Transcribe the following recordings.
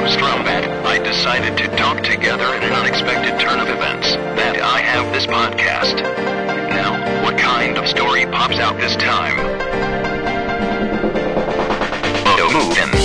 Strombat, I decided to talk together in an unexpected turn of events. That I have this podcast. Now, what kind of story pops out this time? Move in.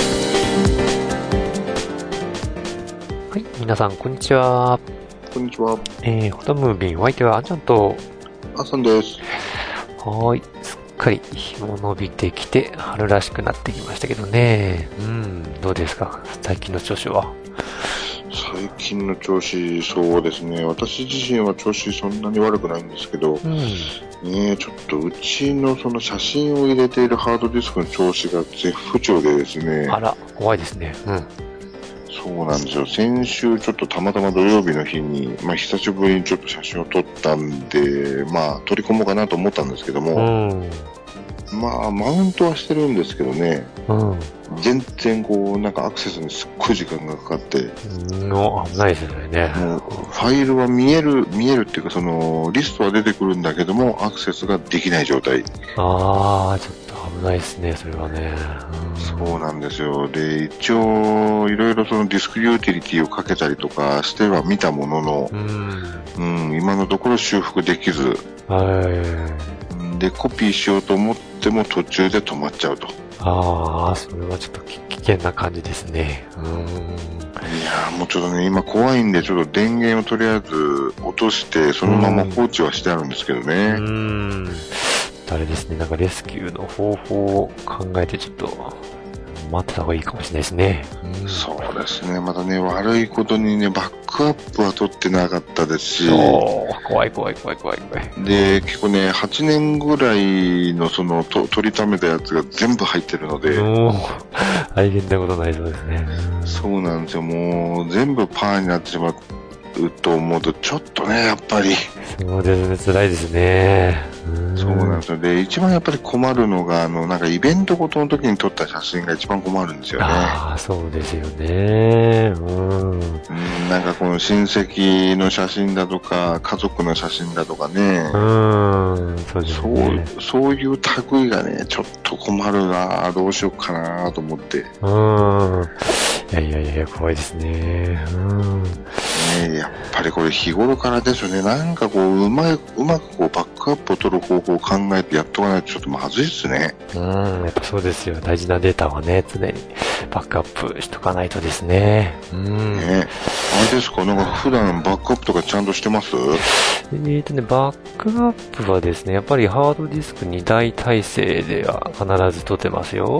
はい、皆さんこんにちは。 こんにちは。 フォトムービン、お相手はあんちゃんと。 あさんです。 はーい、すっかり日も伸びてきて春らしくなってきましたけどね。どうですか、最近の調子は。 最近の調子、そうですね。私自身は調子そんなに悪くないんですけど、ちょっとうちのその写真を入れているハードディスクの調子が絶不調でですね。 あら、怖いですね。 そうなんですよ。先週ちょっとたまたま土曜日の日に、久しぶりにちょっと写真を撮ったんで、撮り込もうかなと思ったんですけども、マウントはしてるんですけどね、全然アクセスにすっごい時間がかかって、 危ないですよね。 もうファイルは見えるっていうか、そのリストは出てくるんだけどもアクセスができない状態。 ちょっと危ないですね、それはね。 そうなんですよ。で、一応いろいろそのディスクユーティリティをかけたりとかしては見たものの、今のところ修復できず、でコピーしようと思っても途中で止まっちゃうと。 それはちょっと危険な感じですね。 いやもうちょっとね、今怖いんで、ちょっと電源をとりあえず落としてそのまま放置はしてあるんですけどね。 あれですね、なんかレスキューの方法を考えてちょっと待ってた方がいいかもしれないですね。 そうですね。またね、悪いことにね、バックアップは取ってなかったですし、 怖い。 で、結構ね、8年ぐらいのその取りためたやつが全部入ってるので、 大変なことないそうですね。 そうなんですよ。もう全部パーになってしまうと思うと、ちょっとね、やっぱり。 そうですね、辛いですね。 そうなんですよ。で、一番やっぱり困るのが、イベントごとの時に撮った写真が一番困るんですよね。 そうですよね。 この親戚の写真だとか、家族の写真だとかね。 そうですね。 そういう類がね、ちょっと困るな、どうしようかなと思って。 いや、怖いですね。 やっぱりこれ日頃からですよね。うまくバックアップを取る方法を考えてやっとかないとちょっとまずいですね。 やっぱそうですよ。大事なデータはね、常にバックアップしとかないとですね。 あれですか、普段バックアップとかちゃんとしてます？ バックアップはですね、やっぱりハードディスク2台体制では必ず取ってますよ。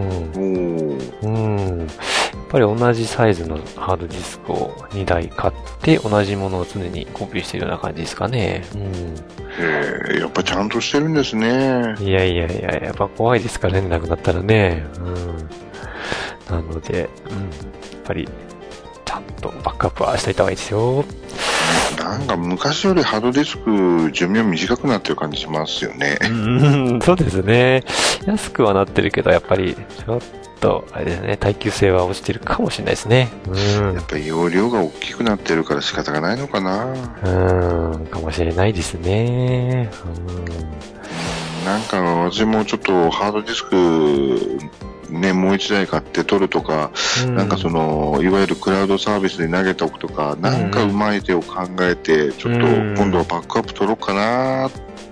やっぱり同じサイズのハードディスクを2台買って同じものを常にコピーしているような感じですかね。 やっぱちゃんとしてるんですね。 いや、やっぱ怖いですからね、なくなったらね。なので、やっぱりちゃんとバックアップはしといた方がいいですよ。 昔よりハードディスク寿命短くなってる感じしますよね。 そうですね。安くはなってるけど、やっぱりちょっとあれですね、耐久性は落ちてるかもしれないですね。 やっぱり容量が大きくなってるから仕方がないのかな。 かもしれないですね。 私もちょっとハードディスクね、もう一台買って撮るとか、いわゆるクラウドサービスに投げておくとか、うまい手を考えて、ちょっと今度はバックアップ取ろうかな。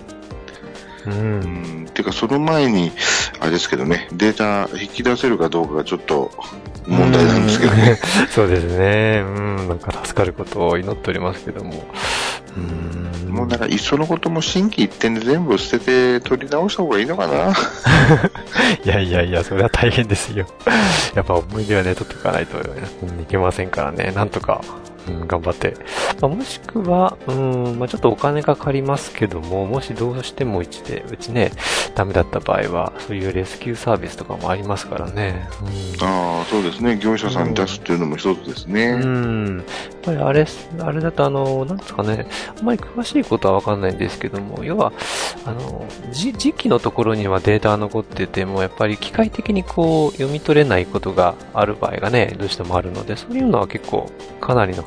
てかその前にあれですけどね、データ引き出せるかどうかがちょっと問題なんですけどね。 そうですね。助かることを祈っておりますけども。 もういっそのことも心機一転で全部捨てて取り直した方がいいのかな。 いや、それは大変ですよ。やっぱ思い出はね、取っておかないといけませんからね、なんとか。頑張って。もしくは、ちょっとお金かかりますけども、もしどうしてもうちね、ダメだった場合は、そういうレスキューサービスとかもありますからね。 そうですね。業者さんに出すっていうのも一つですね。 やっぱりあれだとなんですかね、あんまり詳しいことはわかんないんですけども、要は、時期のところにはデータが残ってても、やっぱり機械的に読み取れないことがある場合がね、どうしてもあるので、そういうのは結構かなりの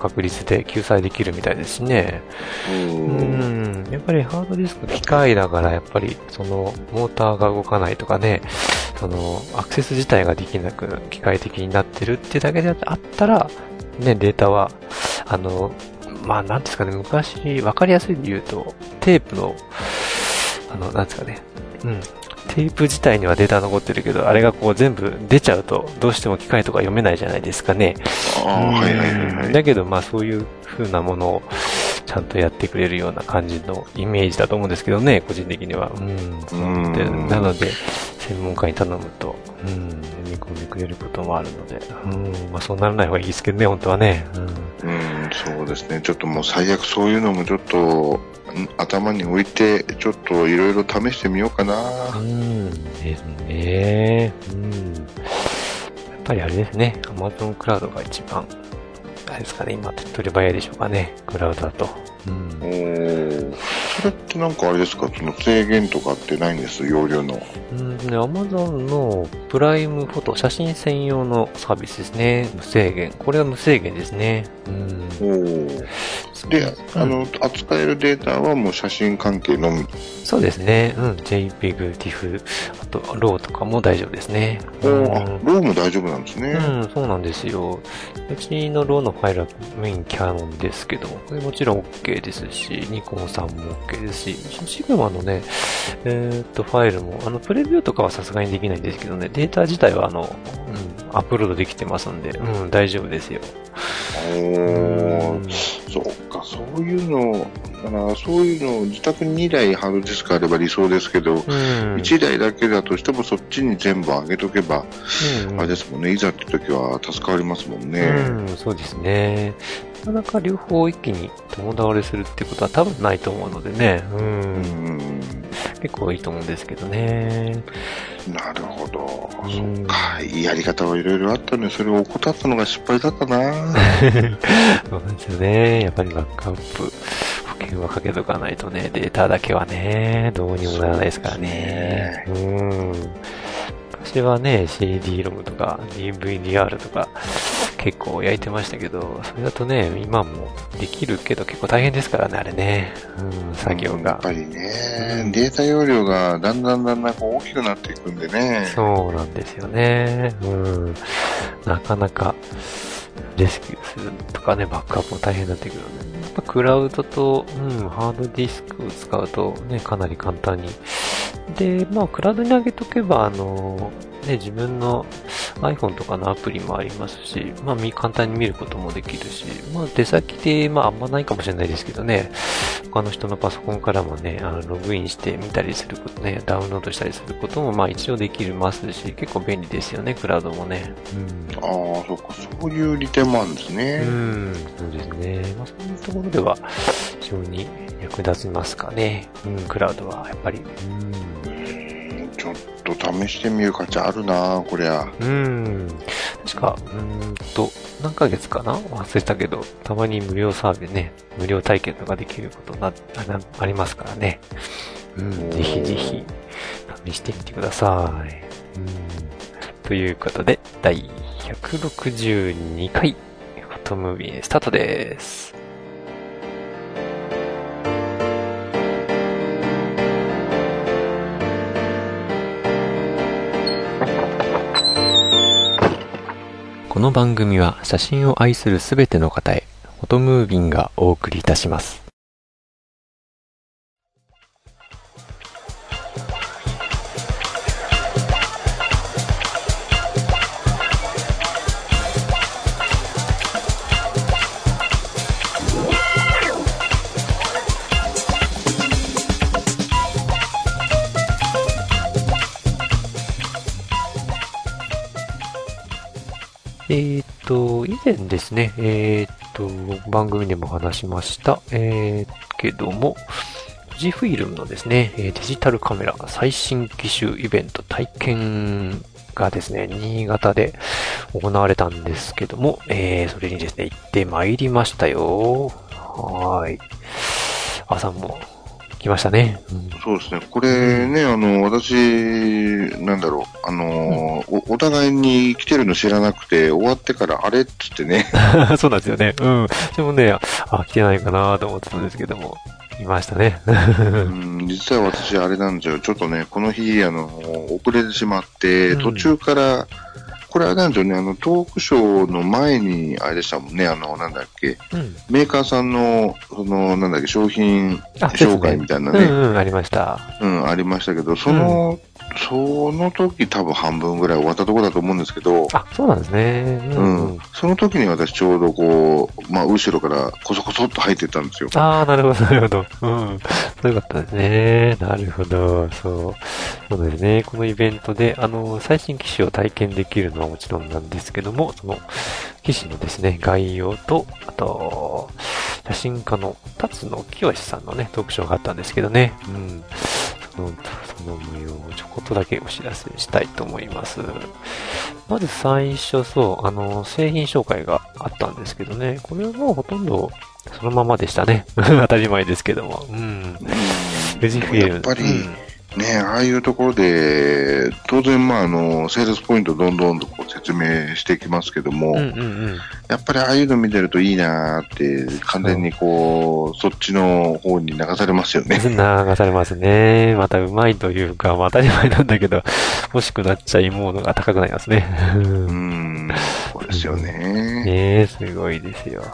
確率で救済できるみたいですしね。やっぱりハードディスク機械だから、やっぱりそのモーターが動かないとかね、そのアクセス自体ができなく機械的になってるっていうだけであったら、ね、データは、なんですかね、昔、わかりやすいで言うと、テープの、なんですかね、テープ自体にはデータ残ってるけど、あれがこう全部出ちゃうと、どうしても機械とか読めないじゃないですかね。だけど、そういう風なものをちゃんとやってくれるような感じのイメージだと思うんですけどね、個人的には。なので、専門家に頼むと、読み込んでくれることもあるので、そうならない方がいいですけどね、本当はね。 そうですね。ちょっともう最悪そういうのもちょっと、頭に置いて、ちょっといろいろ試してみようかな。 ですね。やっぱりあれですね。Amazon クラウドが一番、あれですかね、今手っ取り早いでしょうかね、クラウドだと。 それってなんかあれですか、その制限とかってないんです、容量の。 Amazon のプライムフォト、写真専用のサービスですね。無制限。これは無制限ですね。 で、扱えるデータはもう写真関係のみ。 そうですね。JPEG、TIFF、あと、RAW とかも大丈夫ですね。 RAW も大丈夫なんですね。 そうなんですよ。うちの RAW のファイルはメインキャノンですけども、これもちろん OK ですし、ニコンさんも OK ですし、シグマのね、ファイルも、プレビューとかはさすがにできないんですけどね、データ自体はアップロードできてますんで、大丈夫ですよ。 そうか、そういうのを自宅に2台ハードディスクあれば理想ですけど、1台だけだとしてもそっちに全部上げとけば、あれですもんね、いざって時は助かりますもんね。 そうですね。なかなか両方一気に共倒れするってことは多分ないと思うのでね。結構いいと思うんですけどね。 なるほど。そうか。やり方はいろいろあったので、それを怠ったのが失敗だったな。 そうなんですよね。やっぱりバックアップ、保険はかけとかないとね、データだけはね、どうにもならないですからね。昔はね、CD ロムとか DVDR とか結構焼いてましたけど、それだとね、今もできるけど結構大変ですからね、あれね。作業が。 やっぱりね、データ容量がだんだんこう大きくなっていくんでね。 そうなんですよね。なかなかレスキューするとかね、バックアップも大変になってくるので、やっぱクラウドと、ハードディスクを使うとね、かなり簡単に。で、クラウドに上げとけば、自分の iPhone とかのアプリもありますし、簡単に見ることもできるし、出先で、あんまないかもしれないですけどね、他の人のパソコンからもね、ログインして見たりすることね、ダウンロードしたりすることも、一応できますし、結構便利ですよね、クラウドもね。 そうか、そういう利点もあるんですね。 そうですね。そういうところでは、非常に役立ちますかね。クラウドは、やっぱり。 ちょっと試してみる価値あるなこりゃ。 確か、何ヶ月かな忘れたけど、たまに無料サービスね、無料体験とかできることがありますからね。ぜひぜひ、試してみてください。ということで、第162回、フォトムービースタートです。この番組は写真を愛するすべての方へ、フォトムービンがお送りいたします。以前ですね、番組でも話しました、けども、富士フイルムのですね、デジタルカメラ最新機種イベント体験がですね、新潟で行われたんですけども、それにですね、行ってまいりましたよ。朝も行きましたね。 そうですね。これね、私、なんだろう、お互いに来てるの知らなくて、終わってからあれっつってね。 そうなんですよね。でもね、来てないかなと思ってたんですけども、いましたね。 実は私、あれなんですよ。ちょっとね、この日、遅れてしまって、途中から、これあれなんですよね、トークショーの前に、あれでしたもんね、なんだっけ、メーカーさんの、なんだっけ、商品紹介みたいなね。 ありました。 ありましたけど、その時多分半分ぐらい終わったところだと思うんですけど、 そうなんですね。 その時に私ちょうどこう、後ろからコソコソっと入ってったんですよ。 なるほど、なるほど。そうよかったですね。なるほど。そうですね。このイベントで、最新機種を体験できるのはもちろんなんですけども、その機種のですね、概要と、あと、写真家の辰野清さんのね、トークショーがあったんですけどね。その模様をちょこっとだけお知らせしたいと思います。まず最初、製品紹介があったんですけどね。これはもうほとんどそのままでしたね。当たり前ですけども。富士フィルム。 やっぱり、ね、ああいうところで、当然、セールスポイントどんどんとこう説明していきますけども、やっぱりああいうの見てるといいなーって、完全にこう、そっちの方に流されますよね。 流されますね。またうまいというか、当たり前なんだけど、欲しくなっちゃいものが高くなりますね。 そうですよね。 すごいですよ。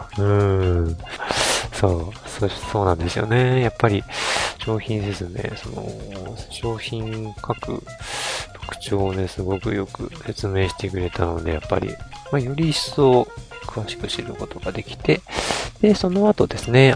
そうなんですよね。やっぱり、商品説明、商品各特徴をね、すごくよく説明してくれたので、やっぱり、より一層詳しく知ることができて、で、その後ですね、ト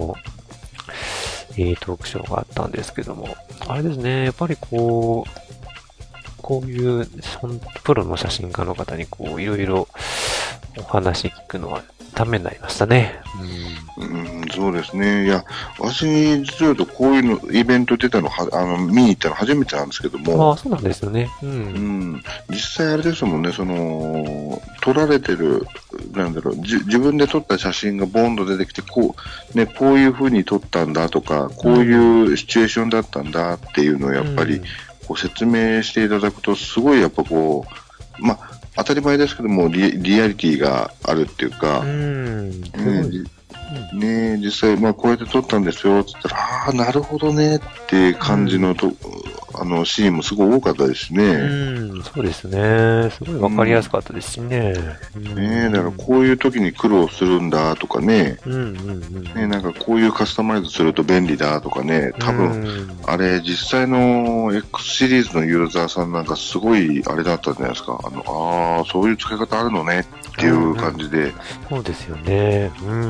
ークショーがあったんですけども、あれですね、やっぱりこういうプロの写真家の方にいろいろお話聞くのはためになりましたね。 そうですね。いや、私、実は言うとこういうの、イベント出たの見に行ったの初めてなんですけども。 そうなんですよね。 実際あれですもんね、撮られてる、なんだろう、自分で撮った写真がボンと出てきて、こういう風に撮ったんだとか、こういうシチュエーションだったんだっていうのをやっぱり、説明していただくと、すごいやっぱ当たり前ですけども、リアリティがあるっていうか、実際、こうやって撮ったんですよ、つったら、なるほどねって感じのシーンもすごい多かったですね。 そうですね。すごいわかりやすかったですしね。 だからこういう時に苦労するんだとかね。なんかこういうカスタマイズすると便利だとかね。多分、あれ実際の X シリーズのユーザーさんなんかすごいあれだったんじゃないですか。そういう使い方あるのねっていう感じで。 そうですよね。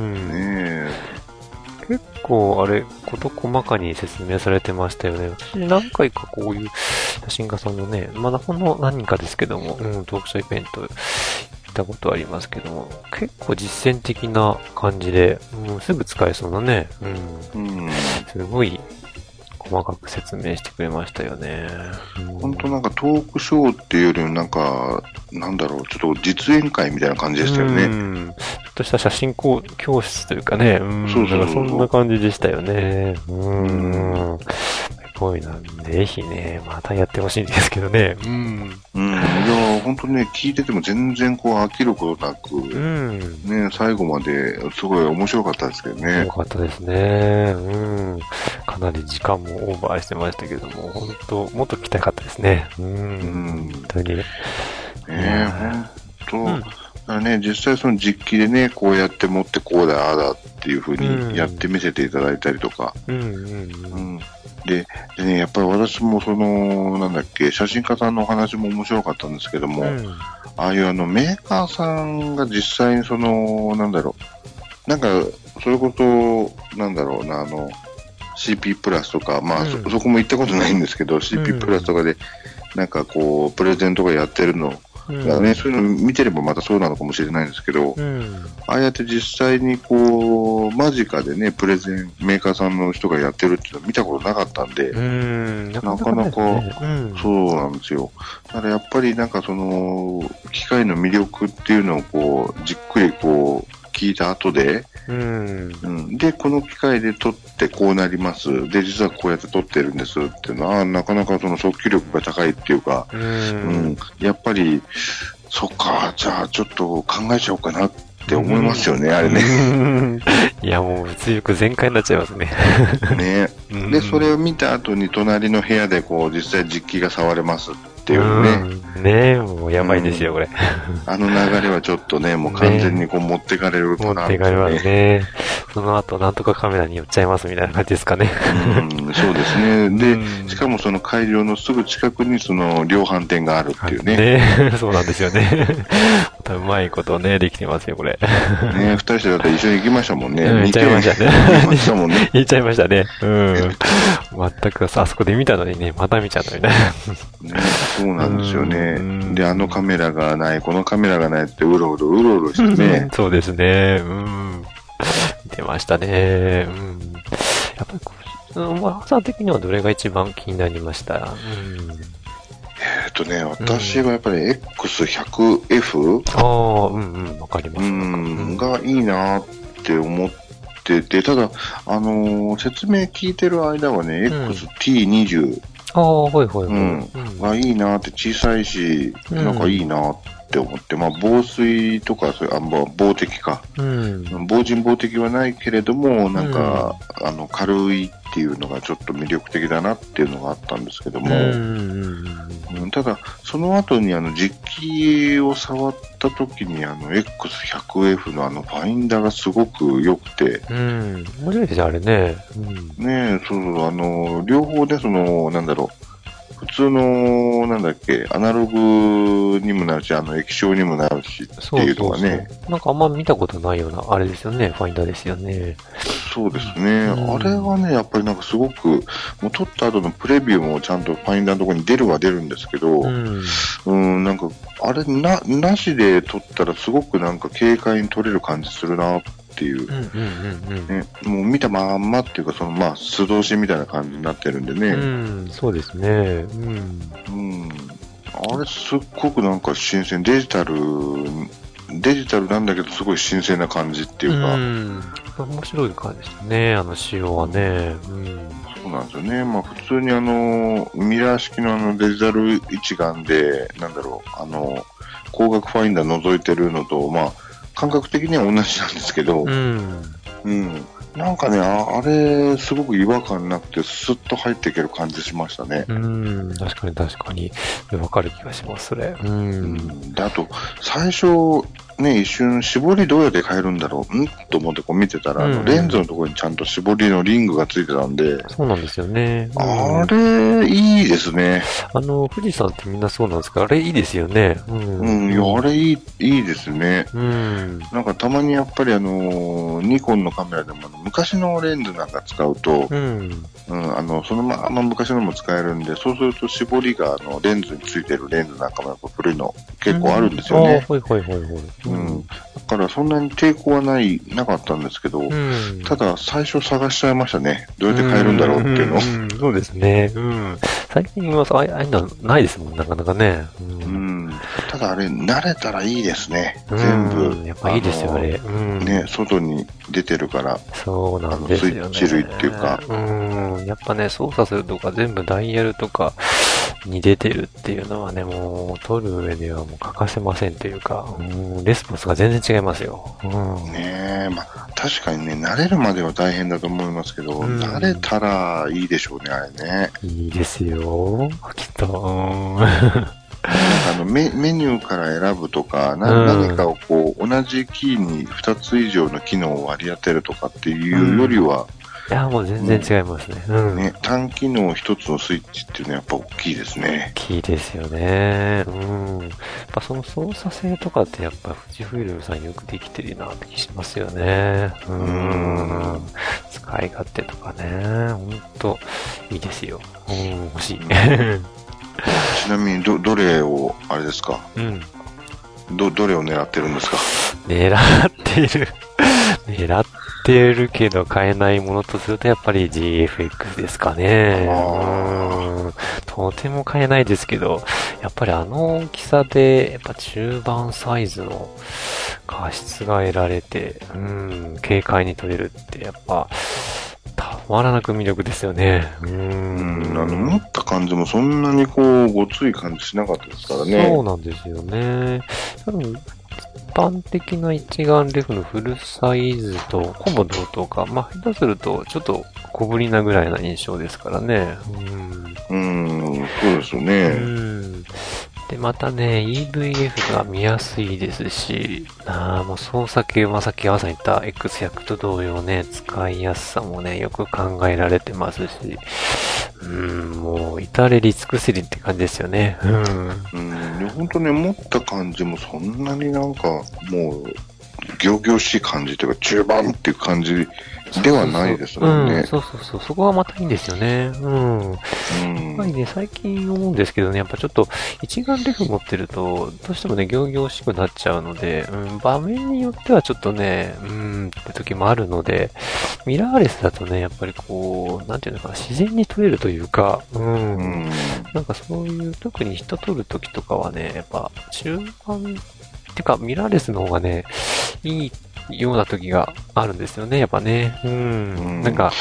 結構あれ、事細かに説明されてましたよね。私何回かこういう写真家さんのね、ほんの何人かですけども、トークショーイベント行ったことありますけども、結構実践的な感じで、すぐ使えそうなね、すごい細かく説明してくれましたよね。 本当なんかトークショーっていうよりもなんか、なんだろう、ちょっと実演会みたいな感じでしたよね。 ちょっとした写真教室というかね、そんな感じでしたよね。すごいな。ぜひね、またやってほしいんですけどね。 いや、本当ね、聞いてても全然飽きることなく、最後まですごい面白かったですけどね。 面白かったですね。かなり時間もオーバーしてましたけども、本当もっと聞きたかったですね。本当に。 本当、実際その実機でね、こうやって持ってこうだ、ああだっていう風にやって見せていただいたりとか。でね、やっぱり私もなんだっけ、写真家さんのお話も面白かったんですけども、ああいうメーカーさんが実際になんだろう、なんか、それこそ、なんだろうな、CP プラスとか、そこも行ったことないんですけど、CP プラスとかで、なんかプレゼントがやってるの、そういうの見てればまたそうなのかもしれないんですけど、ああやって実際に間近でね、プレゼン、メーカーさんの人がやってるっていうの見たことなかったんで、なかなか、そうなんですよ。だからやっぱりなんか機械の魅力っていうのをじっくり聞いた後で、 で、この機械で撮ってこうなります。で、実はこうやって撮ってるんですっていうのは、なかなかその速記力が高いっていうか、やっぱり、そっか、じゃあちょっと考えちゃおうかなって思いますよね、あれね。 いや、もう物欲全開になっちゃいますね。 ね。で、それを見た後に隣の部屋でこう、実際実機が触れますっていうね。 ね、もうやばいですよ、これ。 あの流れはちょっとね、もう完全にこう持ってかれるかな、 持ってかれますね。その後、なんとかカメラに寄っちゃいますみたいな感じですかね。 そうですね。で、しかもその会場のすぐ近くにその量販店があるっていうね。 そうなんですよね。うまいことね、できてますよ、これ。 ね、二人してだったら一緒に行きましたもんね。 行っちゃいましたね。 行きましたもんね。 行っちゃいましたね。全くあそこで見たのにね、また見ちゃったみたいな。 そうなんですよね。で、あのカメラがない、このカメラがないってうろうろしてね。 そうですね。見てましたね。やっぱり小原さん的にはどれが一番気になりました？ 私はやっぱり X100F？ わかります。 がいいなって思ってて、ただ、説明聞いてる間はね、XT20。がいいなって小さいし、なんかいいなって思って、まあ防水とか、防滴か。防塵防滴はないけれども、なんか、軽いっていうのがちょっと魅力的だなっていうのがあったんですけども、ただ、その後に実機を触った時にX100F のファインダーがすごく良くて。 面白いですよ、あれね。 ねえ、そう、両方でなんだろう。普通の、アナログにもなるし、液晶にもなるしっていうのがね。 なんかあんま見たことないような、あれですよね、ファインダーですよね。 そうですね。あれはね、やっぱりなんかすごく、もう撮った後のプレビューもちゃんとファインダーのところに出るんですけど、なんか、あれなしで撮ったらすごくなんか軽快に撮れる感じするなっていう。もう見たまんまっていうか、素通しみたいな感じになってるんでね。 そうですね。 あれすっごくなんか新鮮、デジタルなんだけどすごい新鮮な感じっていうか。 面白い感じですね、仕様はね。 そうなんですよね。まあ普通にミラー式のデジタル一眼で、光学ファインダー覗いてるのと、まあ感覚的には同じなんですけど、なんかね、あれ、すごく違和感なくて、スッと入っていける感じしましたね。 確かに。わかる気がします、それ。 で、あと、最初、ね、一瞬、絞りどうやって変えるんだろうと思ってこう見てたら、レンズのところにちゃんと絞りのリングがついてたんで。 そうなんですよね。 あれ、いいですね。 富士山ってみんなそうなんですか？あれいいですよね。 いや、あれいいですね。なんかたまにやっぱりニコンのカメラでも昔のレンズなんか使うと、そのまま昔のも使えるんで、そうすると絞りがレンズについてるレンズなんかもやっぱ古いの結構あるんですよね。だからそんなに抵抗はなかったんですけど、ただ最初探しちゃいましたね。どうやって変えるんだろうっていうのを。 そうですね。最近はああいうのないですもん、なかなかね。 ただあれ、慣れたらいいですね。全部。 やっぱいいですよ、あれ。 ね、外に出てるから。 そうなんですよね。 スイッチ類っていうか。 やっぱね、操作するとか全部ダイヤルとかに出てるっていうのはね、もう撮る上ではもう欠かせませんというか、レスポンスが全然違いますよ。 ねえ、まあ確かにね、慣れるまでは大変だと思いますけど、慣れたらいいでしょうね、あれね。 いいですよ、きっと。 メニューから選ぶとか、何かをこう、同じキーに2つ以上の機能を割り当てるとかっていうよりは、 いや、もう全然違いますね。 単機能一つのスイッチっていうのはやっぱ大きいですね。 大きいですよね。やっぱその操作性とかってやっぱ富士フイルムさんよくできてるなって気しますよね。使い勝手とかね、ほんといいですよ。欲しい。 ちなみにどれを、あれですか？どれを狙ってるんですか？ 狙っている。 狙ってるけど買えないものとするとやっぱり GFX ですかね。とても買えないですけど、やっぱりあの大きさで、やっぱ中盤サイズの画質が得られて、軽快に撮れるって、やっぱ、たまらなく魅力ですよね。 持った感じもそんなにこう、ごつい感じしなかったですからね。 そうなんですよね。多分一般的な一眼レフのフルサイズとほぼ同等か。まあ、下手するとちょっと小ぶりなぐらいな印象ですからね。 そうですよね。 で、またね、EVF が見やすいですし、もう操作系はさっき朝言った X100 と同様ね、使いやすさもね、よく考えられてますし、もう、至れり尽くせりって感じですよね。 本当ね、持った感じもそんなになんか、もう、仰々しい感じというか、中盤っていう感じではないですもんね。 そう、そこはまたいいんですよね。やっぱりね、最近思うんですけどね、やっぱちょっと一眼レフ持ってると、どうしてもね、仰々しくなっちゃうので、場面によってはちょっとね、って時もあるので、ミラーレスだとね、やっぱりこう、なんていうのかな、自然に撮れるというか、なんかそういう、特に人撮る時とかはね、やっぱ中盤、ってか、ミラーレスの方がね、いいような時があるんですよね、やっぱね。なんか、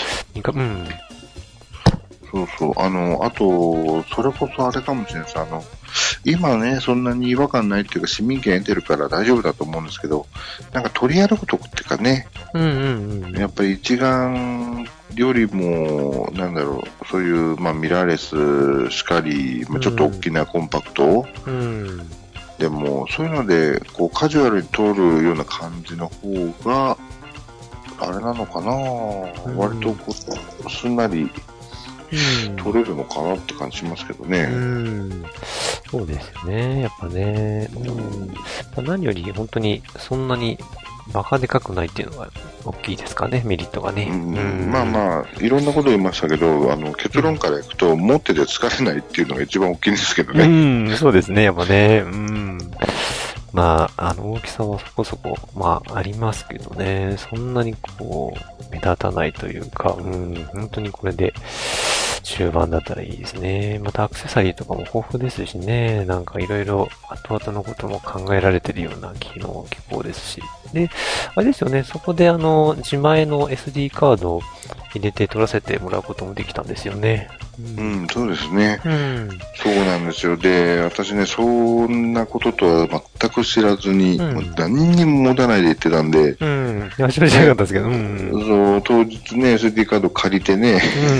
そう。あと、それこそあれかもしれないです。今ね、そんなに違和感ないっていうか、市民権得てるから大丈夫だと思うんですけど、なんか取り歩くとこっていうかね、やっぱり一眼よりも、なんだろう、そういう、まあ、ミラーレスしかり、ちょっと大きなコンパクト、でも、そういうので、こう、カジュアルに撮るような感じの方が、あれなのかな、割とこう、すんなり撮れるのかなって感じしますけどね。 そうですよね、やっぱね。何より本当にそんなにバカでかくないっていうのが大きいですかね、メリットがね。 まあ、いろんなこと言いましたけど、結論からいくと、持ってて疲れないっていうのが一番大きいんですけどね。 そうですね、やっぱね。まあ、大きさはそこそこ、まあ、ありますけどね、そんなにこう、目立たないというか、本当にこれで、中盤だったらいいですね。またアクセサリーとかも豊富ですしね、なんかいろいろ後々のことも考えられてるような機能、機構ですし。で、あれですよね、そこで自前の SD カードを入れて取らせてもらうこともできたんですよね。 そうですね。そうなんですよ。で、私ね、そんなこととは全く知らずに、何にも持たないで行ってたんで。 いや、知らなかったですけど。 そう、当日ね、SD カード借りてね。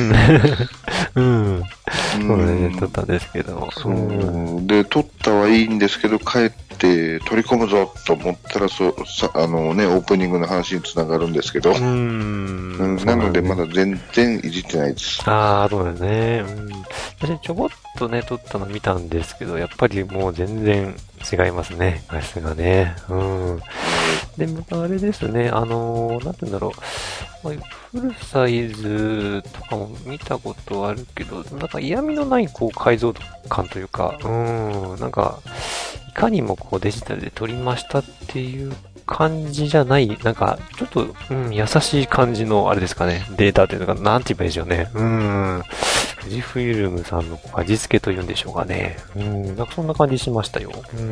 そうね、撮ったんですけど。 で、撮ったはいいんですけど、帰って取り込むぞと思ったら、オープニングの話につながるんですけど。なので、まだ全然いじってないです。 そうですね。私ちょこっとね、撮ったの見たんですけど、やっぱりもう全然違いますね、画質がね。で、またあれですね、なんて言うんだろう。フルサイズとかも見たことあるけど、なんか嫌味のないこう解像度感というか、なんか、いかにもこうデジタルで撮りましたっていう感じじゃない、なんか、ちょっと、優しい感じの、あれですかね、データというのが、なんて言えばいいでしょうね。富士フイルムさんの味付けというんでしょうかね。なんかそんな感じしましたよ。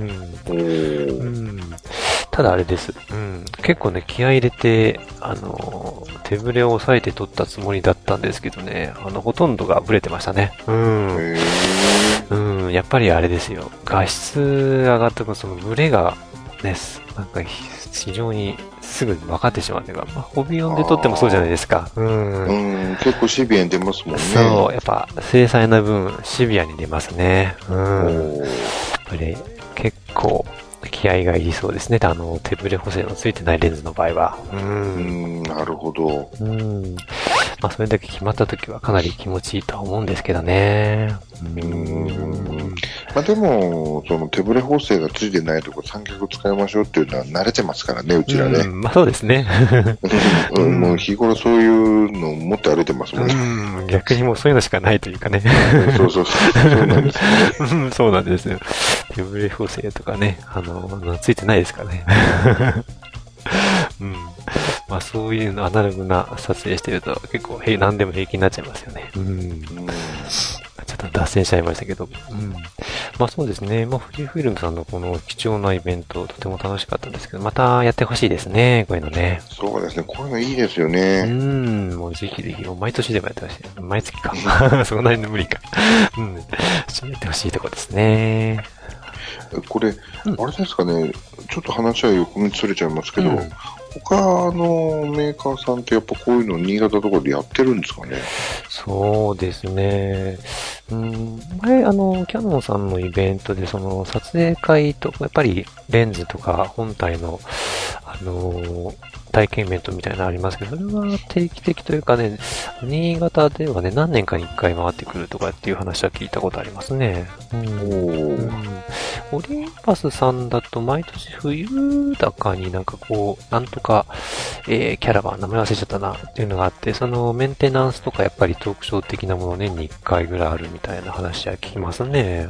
ただあれです。結構ね、気合い入れて、手ぶれを押さえて撮ったつもりだったんですけどね、ほとんどがブレてましたね。やっぱりあれですよ。画質上がってもそのブレがね、なんか非常にすぐ分かってしまうというか、ホビオンで撮ってもそうじゃないですか。 結構シビアに出ますもんね。 そう、やっぱ精細な分シビアに出ますね。これ結構気合がいりそうですね。手ブレ補正のついてないレンズの場合は。 なるほど。 それだけ決まった時はかなり気持ちいいとは思うんですけどね。 でも、その手ブレ補正がついてないとこ三脚使いましょうっていうのは慣れてますからね、うちらね。 そうですね。 もう日頃そういうのを持って歩いてますもんね。 逆にもうそういうのしかないというかね。 そうなんですね。 そうなんですよ。手ブレ補正とかね、ついてないですからね。 まあそういうのアナログな撮影してると結構何でも平気になっちゃいますよね。ちょっと脱線しちゃいましたけど。まあそうですね。まあ富士フイルムさんのこの貴重なイベント、とても楽しかったんですけど、またやってほしいですね。こういうのね。 そうですね。こういうのいいですよね。 もうぜひぜひ、毎年でもやってほしい。毎月か。そんなに無理か。やってほしいとこですね。 これ、あれですかね。ちょっと話は横道それちゃいますけど、他のメーカーさんってやっぱこういうの新潟とかでやってるんですかね。 そうですね。前、キャノンさんのイベントで、その、撮影会と、やっぱりレンズとか本体の、体験イベントみたいなのありますけど、それは定期的というかね、新潟ではね、何年かに1回回ってくるとかっていう話は聞いたことありますね。オリンパスさんだと毎年冬高になんかこう、なんとか、キャラバン、名前忘れちゃったな、っていうのがあって、そのメンテナンスとかやっぱりトークショー的なもの年に1回ぐらいあるみたいな話は聞きますね。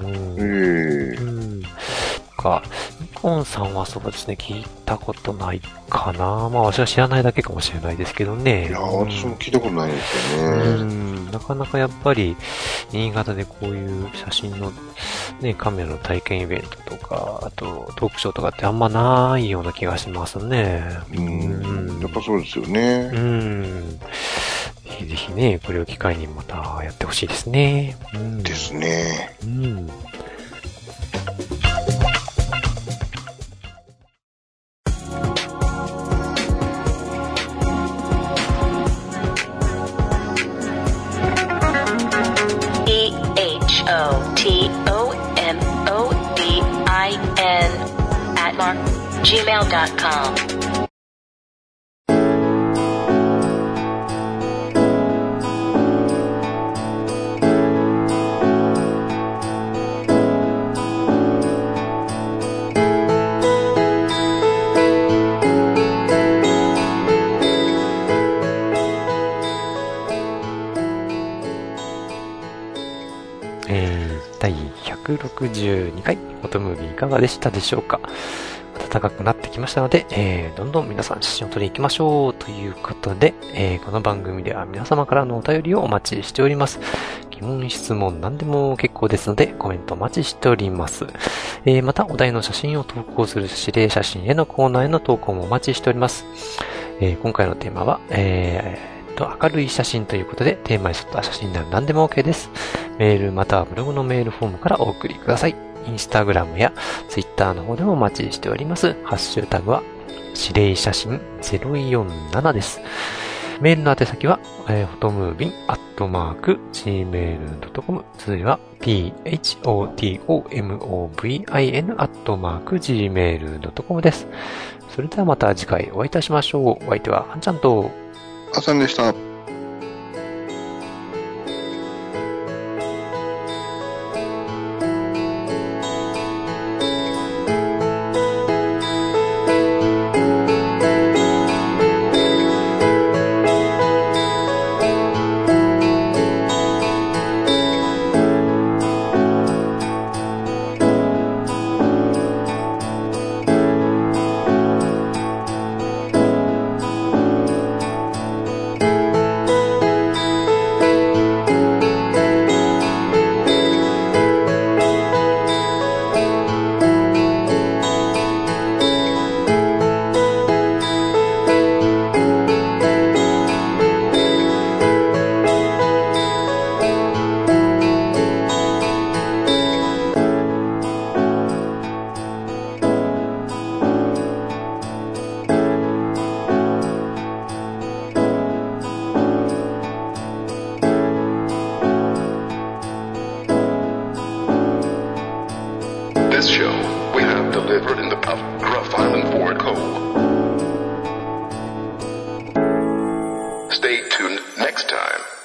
ニコンさんはそうですね、聞いたことないかな。まあ私は知らないだけかもしれないですけどね。 いや私も聞いたことないですよね。 なかなかやっぱり、新潟でこういう写真のね、カメラの体験イベントとか、あとトークショーとかってあんまないような気がしますね。 やっぱそうですよね。 ぜひぜひね、これを機会にまたやってほしいですね。 ですね。 gmail.com 第162回フォトムービーいかがでしたでしょうか。暖かくなってきましたので、どんどん皆さん写真を撮りに行きましょうということで、この番組では皆様からのお便りをお待ちしております。疑問、質問、何でも結構ですのでコメントお待ちしております。またお題の写真を投稿する指令写真へのコーナーへの投稿もお待ちしております。今回のテーマは、明るい写真ということで、テーマに沿った写真なら何でも OK です。メールまたはブログのメールフォームからお送りください。インスタグラムやツイッターの方でもお待ちしております。ハッシュタグは指令写真047です。メールの宛先は、photomovin@gmail.com、続きは photomovin@gmail.com です。それではまた次回お会いいたしましょう。お相手ははんちゃんとあさんでした。 This show we have delivered in the Gruff Island Ford Code. Stay tuned next time.